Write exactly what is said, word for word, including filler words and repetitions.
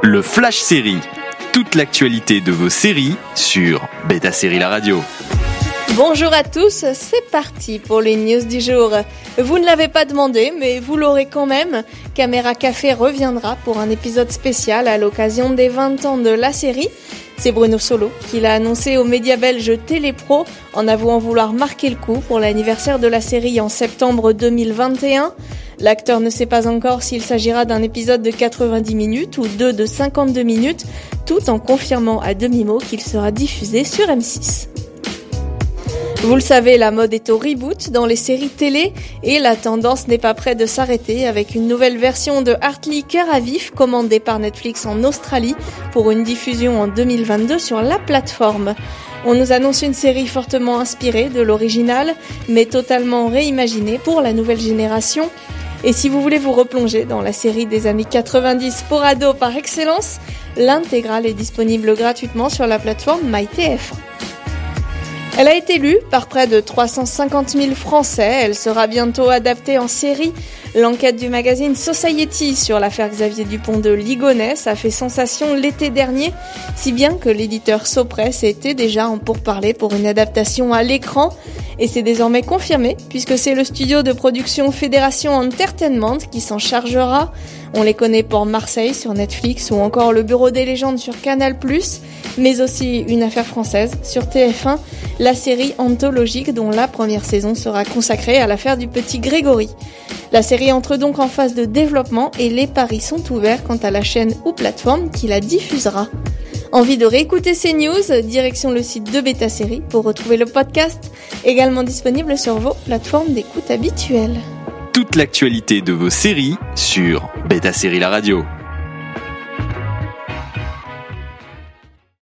Le Flash Série. Toute l'actualité de vos séries sur Beta Série La Radio. Bonjour à tous, c'est parti pour les news du jour. Vous ne l'avez pas demandé, mais vous l'aurez quand même. Caméra Café reviendra pour un épisode spécial à l'occasion des vingt ans de la série. C'est Bruno Solo qui l'a annoncé aux médias belges Télépro en avouant vouloir marquer le coup pour l'anniversaire de la série en septembre deux mille vingt et un. L'acteur ne sait pas encore s'il s'agira d'un épisode de quatre-vingt-dix minutes ou deux de cinquante-deux minutes, tout en confirmant à demi-mot qu'il sera diffusé sur M six. Vous le savez, la mode est au reboot dans les séries télé et la tendance n'est pas près de s'arrêter avec une nouvelle version de Heartly Cœur à vif commandée par Netflix en Australie pour une diffusion en deux mille vingt-deux sur la plateforme. On nous annonce une série fortement inspirée de l'original, mais totalement réimaginée pour la nouvelle génération. Et si vous voulez vous replonger dans la série des années quatre-vingt-dix pour ados par excellence, l'intégrale est disponible gratuitement sur la plateforme MyTF un. Elle a été lue par près de trois cent cinquante mille Français. Elle sera bientôt adaptée en série. L'enquête du magazine Society sur l'affaire Xavier Dupont de Ligonnès a fait sensation l'été dernier, si bien que l'éditeur Sopress était déjà en pourparlers pour une adaptation à l'écran. Et c'est désormais confirmé, puisque c'est le studio de production Fédération Entertainment qui s'en chargera. On les connaît pour Marseille sur Netflix ou encore Le Bureau des légendes sur Canal plus, mais aussi Une affaire française sur T F un, la série anthologique dont la première saison sera consacrée à l'affaire du petit Grégory. La série entre donc en phase de développement et les paris sont ouverts quant à la chaîne ou plateforme qui la diffusera. Envie de réécouter ces news? Direction le site de Beta Série pour retrouver le podcast, également disponible sur vos plateformes d'écoute habituelles. Toute l'actualité de vos séries sur Beta Série La Radio.